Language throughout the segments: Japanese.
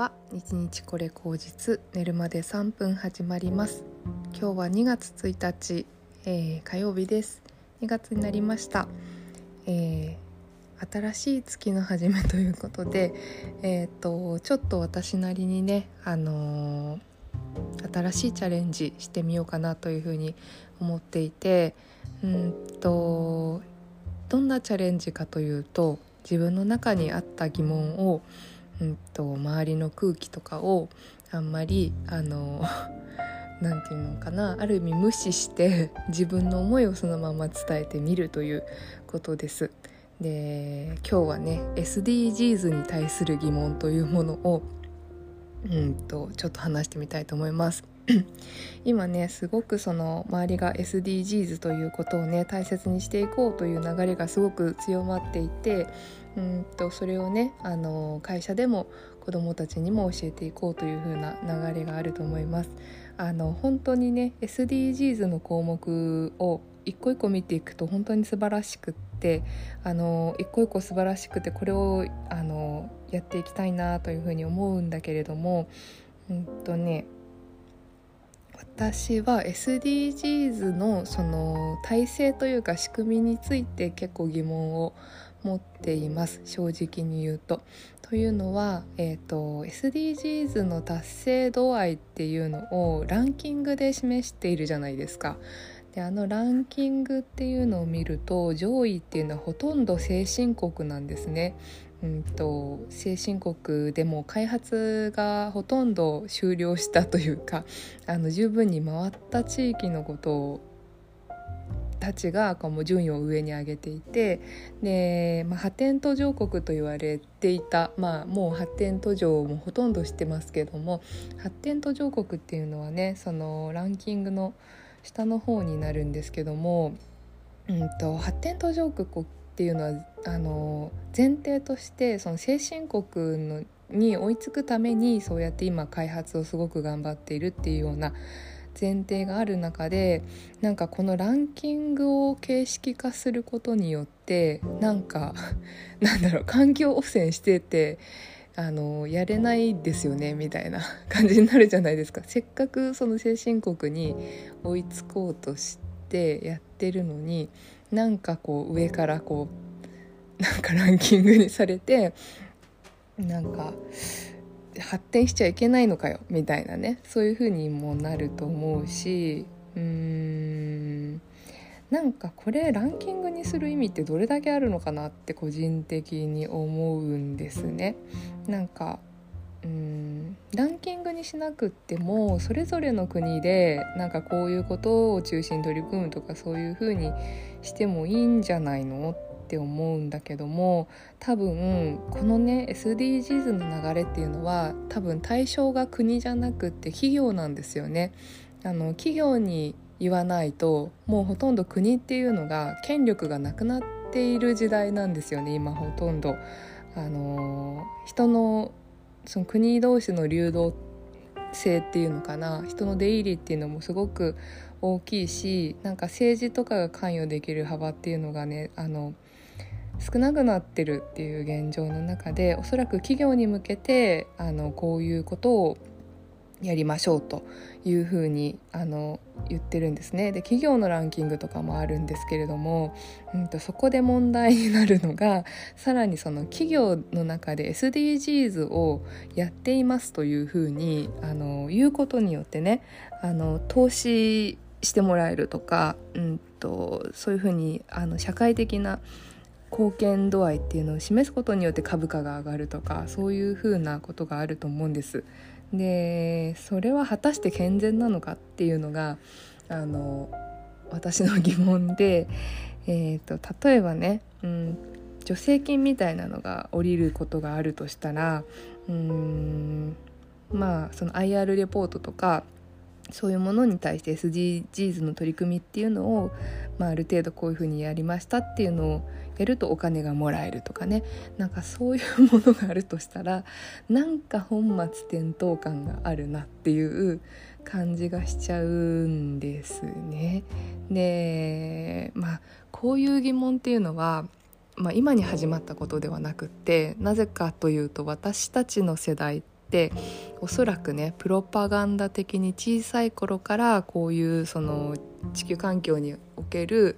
は。日日これ口実、寝るまで3分始まります。今日は2月1日、火曜日です。2月になりました。新しい月の始めということで、ちょっと私なりにね、新しいチャレンジしてみようかなというふうに思っていて、どんなチャレンジかというと、自分の中にあった疑問を周りの空気とかをあんまりなんていうのかな、ある意味無視して自分の思いをそのまま伝えてみるということです。で、今日はね SDGs に対する疑問というものをちょっと話してみたいと思います今ね、すごくその周りが SDGs ということをね大切にしていこうという流れがすごく強まっていて、それをね会社でも子どもたちにも教えていこうという風な流れがあると思います。本当にね SDGs の項目を一個一個見ていくと本当に素晴らしくって一個一個素晴らしくて、これをやっていきたいなというふうに思うんだけれども、私は SDGs のその体制というか仕組みについて結構疑問を持っています、正直に言うと。というのは、SDGs の達成度合いっていうのをランキングで示しているじゃないですか。で、ランキングっていうのを見ると上位っていうのはほとんど先進国なんですね。先進国でも開発がほとんど終了したというか十分に回った地域のことたちがもう順位を上に上げていて、で、発展途上国と言われていた、もう発展途上もほとんどしてますけども、発展途上国っていうのはねそのランキングの下の方になるんですけども、発展途上国っていうのは前提としてその先進国に追いつくためにそうやって今開発をすごく頑張っているっていうような前提がある中で、このランキングを形式化することによって環境汚染しててやれないですよねみたいな感じになるじゃないですか。せっかくその先進国に追いつこうとしてやってるのに、上からランキングにされて発展しちゃいけないのかよみたいなね、そういう風にもなると思うし、これランキングにする意味ってどれだけあるのかなって個人的に思うんですね。ランキングにしなくってもそれぞれの国でこういうことを中心に取り組むとか、そういう風にしてもいいんじゃないのって思うんだけども、多分このね SDGs の流れっていうのは多分対象が国じゃなくって企業なんですよね。企業に言わないともうほとんど国っていうのが権力がなくなっている時代なんですよね。今ほとんど人のその国同士の流動性っていうのかな、人の出入りっていうのもすごく大きいし、政治とかが関与できる幅っていうのがね少なくなってるっていう現状の中で、おそらく企業に向けてこういうことをやりましょうというふうに言ってるんですね。で、企業のランキングとかもあるんですけれども、そこで問題になるのが、さらにその企業の中で SDGs をやっていますというふうに言うことによってね投資してもらえるとか、そういうふうに社会的な貢献度合いっていうのを示すことによって株価が上がるとか、そういうふうなことがあると思うんです。で、それは果たして健全なのかっていうのが私の疑問で、例えばね、助成金みたいなのが下りることがあるとしたら、その IR レポートとかそういうものに対して SDGs の取り組みっていうのを、ある程度こういうふうにやりましたっていうのをやるとお金がもらえるとかね、そういうものがあるとしたら本末転倒感があるなっていう感じがしちゃうんですね。で、こういう疑問っていうのは、今に始まったことではなくって、なぜかというと私たちの世代っ 、おそらくねプロパガンダ的に小さい頃からこういうその地球環境における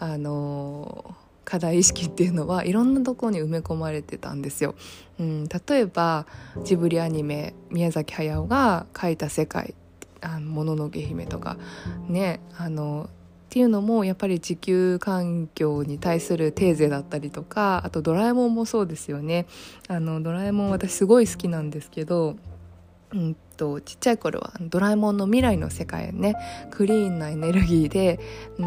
課題意識っていうのはいろんなところに埋め込まれてたんですよ。例えばジブリアニメ宮崎駿が描いた世界、もののけ姫とかねっていうのもやっぱり地球環境に対するテーゼだったりとか、あとドラえもんもそうですよね。ドラえもん私すごい好きなんですけど、ちっちゃい頃はドラえもんの未来の世界ね、クリーンなエネルギーで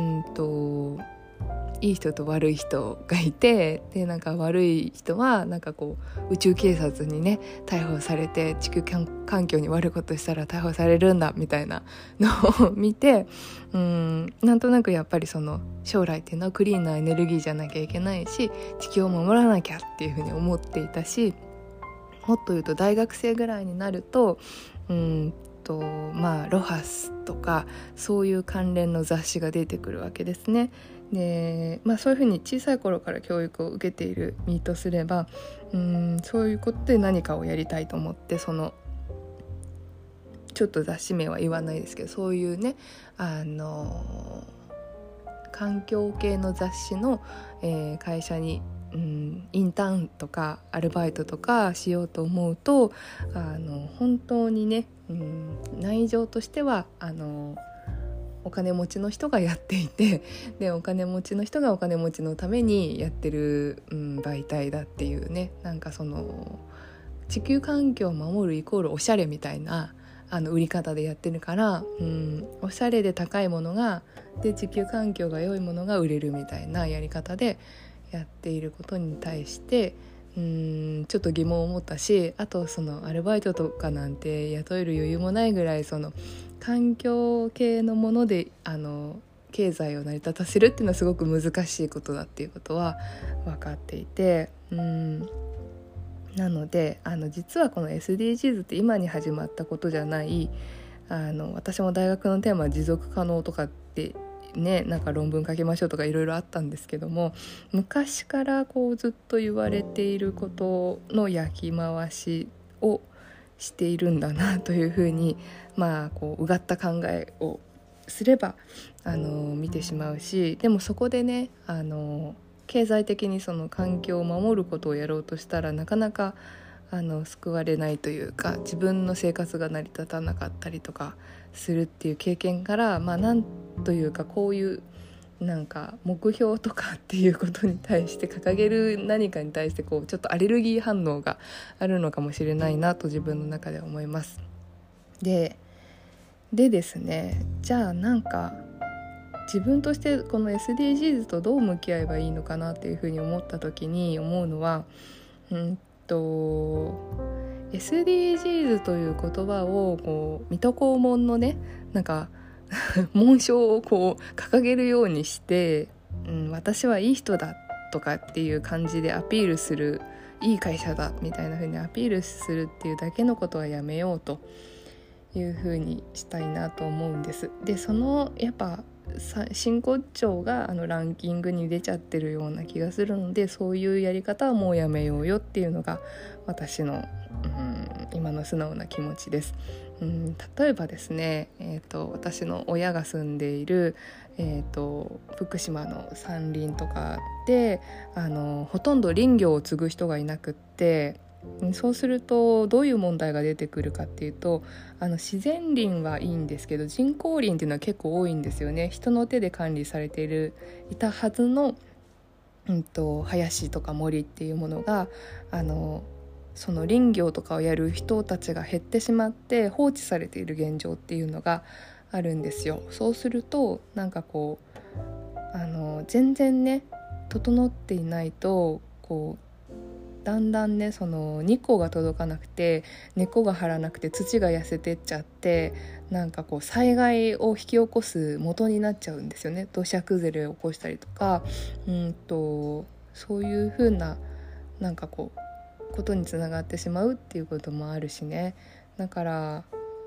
いい人と悪い人がいて、でなんか悪い人はなんかこう宇宙警察にね逮捕されて、地球環境に悪いことしたら逮捕されるんだみたいなのを見て、なんとなくやっぱりその将来っていうのはクリーンなエネルギーじゃなきゃいけないし、地球を守らなきゃっていうふうに思っていたし、もっと言うと大学生ぐらいになるとロハスとかそういう関連の雑誌が出てくるわけですね。で、そういうふうに小さい頃から教育を受けている身とすれば、そういうことで何かをやりたいと思って、そのちょっと雑誌名は言わないですけど、そういうね環境系の雑誌の、会社にインターンとかアルバイトとかしようと思うと本当にね、内情としてはお金持ちの人がやっていて、でお金持ちの人がお金持ちのためにやってる、媒体だっていうね、なんかその地球環境を守るイコールおしゃれみたいな売り方でやってるから、おしゃれで高いものがで地球環境が良いものが売れるみたいなやり方でやっていることに対してちょっと疑問を持ったし、あとそのアルバイトとかなんて雇える余裕もないぐらい、その環境系のもので経済を成り立たせるっていうのはすごく難しいことだっていうことは分かっていて、なので実はこの SDGs って今に始まったことじゃない。私も大学のテーマは持続可能とかってね、なんか論文書きましょうとかいろいろあったんですけども、昔からこうずっと言われていることの焼き回しをしているんだなというふうに、こううがった考えをすれば見てしまうし、でもそこでね経済的にその環境を守ることをやろうとしたらなかなか救われないというか、自分の生活が成り立たなかったりとかするっていう経験から、なんというかこういうなんか目標とかっていうことに対して掲げる何かに対してこうちょっとアレルギー反応があるのかもしれないなと自分の中では思います。でですね、じゃあなんか自分としてこの SDGs とどう向き合えばいいのかなっていうふうに思った時に思うのは、SDGs という言葉をこう水戸黄門のねなんか紋章をこう掲げるようにして、私はいい人だとかっていう感じでアピールする、いい会社だみたいな風にアピールするっていうだけのことはやめようという風にしたいなと思うんです。でそのやっぱ真骨頂がランキングに出ちゃってるような気がするので、そういうやり方はもうやめようよっていうのが私の、今の素直な気持ちです。例えばですね、私の親が住んでいる、福島の山林とかでほとんど林業を継ぐ人がいなくって、そうするとどういう問題が出てくるかっていうと、自然林はいいんですけど人工林っていうのは結構多いんですよね。人の手で管理されていたはずの、林とか森っていうものがその林業とかをやる人たちが減ってしまって放置されている現状っていうのがあるんですよ。そうするとなんかこう全然ね整っていないとこうだんだんねその日光が届かなくて根っこが張らなくて土が痩せてっちゃって、なんかこう災害を引き起こす元になっちゃうんですよね。土砂崩れを起こしたりとかそういう風ななんかこうことにつながってしまうっていうこともあるしね。だから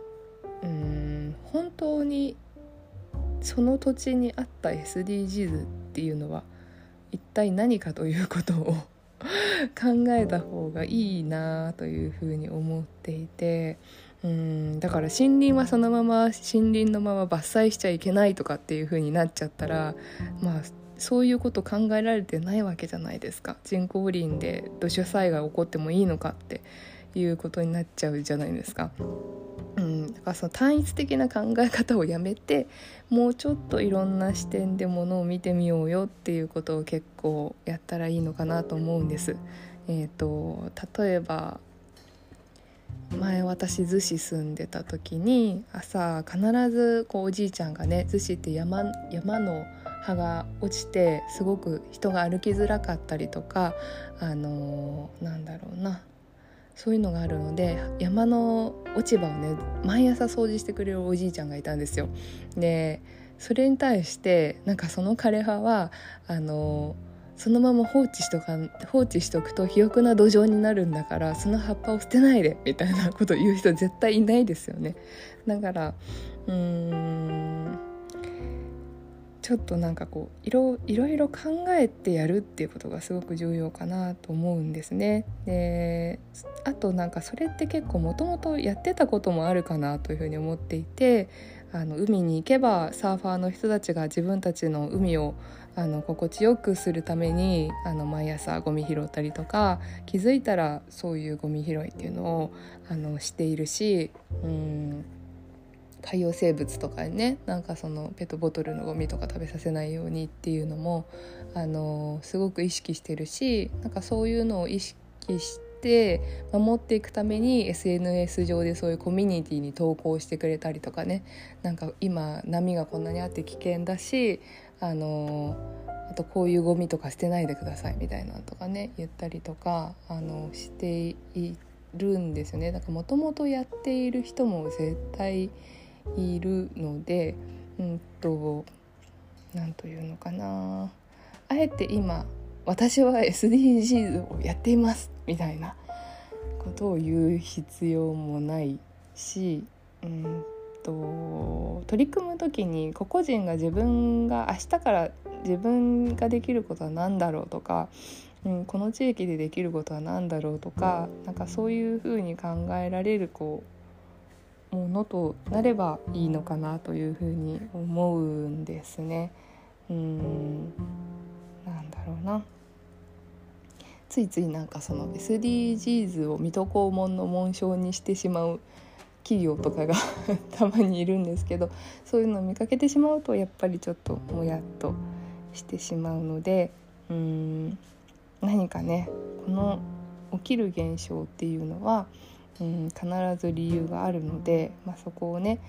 本当にその土地にあった SDGs っていうのは一体何かということを考えた方がいいなというふうに思っていて、だから森林はそのまま森林のまま伐採しちゃいけないとかっていう風になっちゃったら、まあそういうこと考えられてないわけじゃないですか。人工林で土砂災害起こってもいいのかっていうことになっちゃうじゃないですか。だからその単一的な考え方をやめて、もうちょっといろんな視点でものを見てみようよっていうことを結構やったらいいのかなと思うんです。例えば前私逗子住んでた時に朝必ずこうおじいちゃんがね、逗子って山の葉が落ちてすごく人が歩きづらかったりとか、なんだろうな、そういうのがあるので山の落ち葉をね毎朝掃除してくれるおじいちゃんがいたんですよ。でそれに対してなんかその枯葉はそのまま放置しとくと肥沃な土壌になるんだから、その葉っぱを捨てないでみたいなことを言う人絶対いないですよね。だからちょっとなんかこういろいろ考えてやるっていうことがすごく重要かなと思うんですね。であとなんかそれって結構もともとやってたこともあるかなというふうに思っていて、海に行けばサーファーの人たちが自分たちの海を心地よくするために毎朝ゴミ拾ったりとか、気づいたらそういうゴミ拾いっていうのをしているし、海洋生物とかにね、なんかそのペットボトルのゴミとか食べさせないようにっていうのもすごく意識してるし、なんかそういうのを意識して守っていくために SNS 上でそういうコミュニティに投稿してくれたりとかね、なんか今波がこんなにあって危険だしあとこういうゴミとか捨てないでくださいみたいなのとかね言ったりとかしているんですよね。だからもともとやっている人も絶対いるので、なんというのかな、あえて今私は SDGs をやっていますみたいなことを言う必要もないし、取り組む時に個々人が自分が明日から自分ができることは何だろうとか、この地域でできることは何だろうとか、なんかそういうふうに考えられるものとなればいいのかなというふうに思うんですね。なんだろうな、ついついなんかその SDGs を水戸黄門の紋章にしてしまう企業とかがたまにいるんですけど、そういうのを見かけてしまうとやっぱりちょっともやっとしてしまうので、何かねこの起きる現象っていうのは必ず理由があるので、そこをね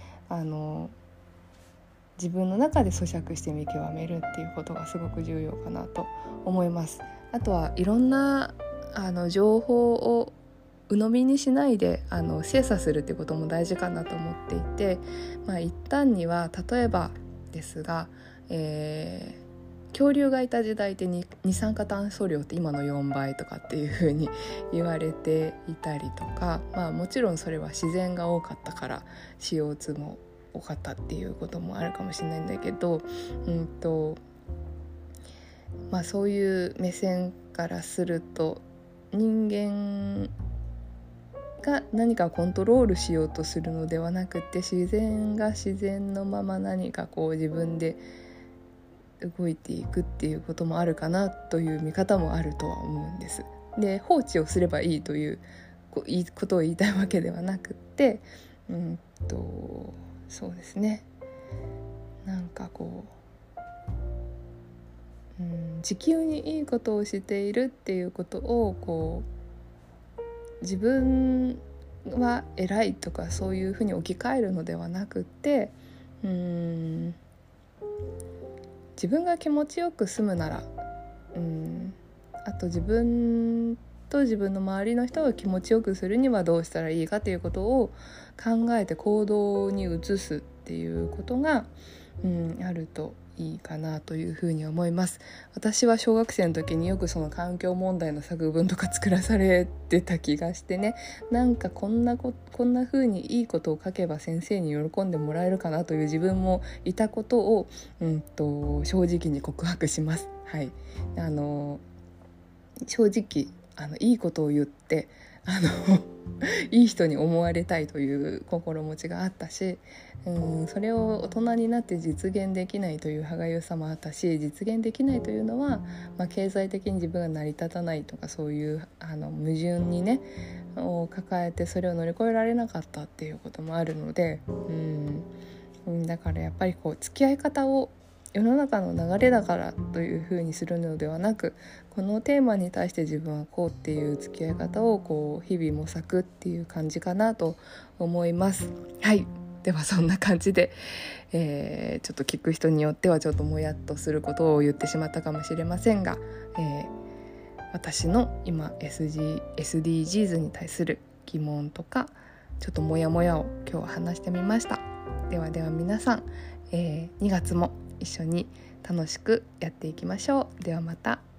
自分の中で咀嚼して見極めるっていうことがすごく重要かなと思います。あとはいろんな情報を鵜呑みにしないで精査するっていうことも大事かなと思っていて、一旦には例えばですが、恐竜がいた時代って二酸化炭素量って今の4倍とかっていう風に言われていたりとか、もちろんそれは自然が多かったから CO2 も多かったっていうこともあるかもしれないんだけど、そういう目線からすると人間が何かコントロールしようとするのではなくて、自然が自然のまま何か自分で動いていくっていうこともあるかなという見方もあるとは思うんです。で放置をすればいいということを言いたいわけではなくって、そうですね、なんか地球にいいことをしているっていうことを自分は偉いとかそういうふうに置き換えるのではなくって自分が気持ちよく住むなら、あと自分と自分の周りの人が気持ちよくするにはどうしたらいいかということを考えて行動に移すっていうことが、あるといいかなというふうに思います。私は小学生の時によくその環境問題の作文とか作らされてた気がしてね、なんかこんな風にいいことを書けば先生に喜んでもらえるかなという自分もいたことを、正直に告白します。はい、 正直いいことを言っていい人に思われたいという心持ちがあったし、それを大人になって実現できないという歯がゆさもあったし、実現できないというのは、経済的に自分が成り立たないとか、そういう矛盾にねを抱えてそれを乗り越えられなかったっていうこともあるので、だからやっぱり付き合い方を世の中の流れだからというふうにするのではなく、このテーマに対して自分はこうっていう付き合い方を日々模索っていう感じかなと思います。はい、ではそんな感じで、ちょっと聞く人によってはちょっともやっとすることを言ってしまったかもしれませんが、私の今 SDGs に対する疑問とかちょっとモヤモヤを今日は話してみました。では皆さん、2月も一緒に楽しくやっていきましょう。ではまた。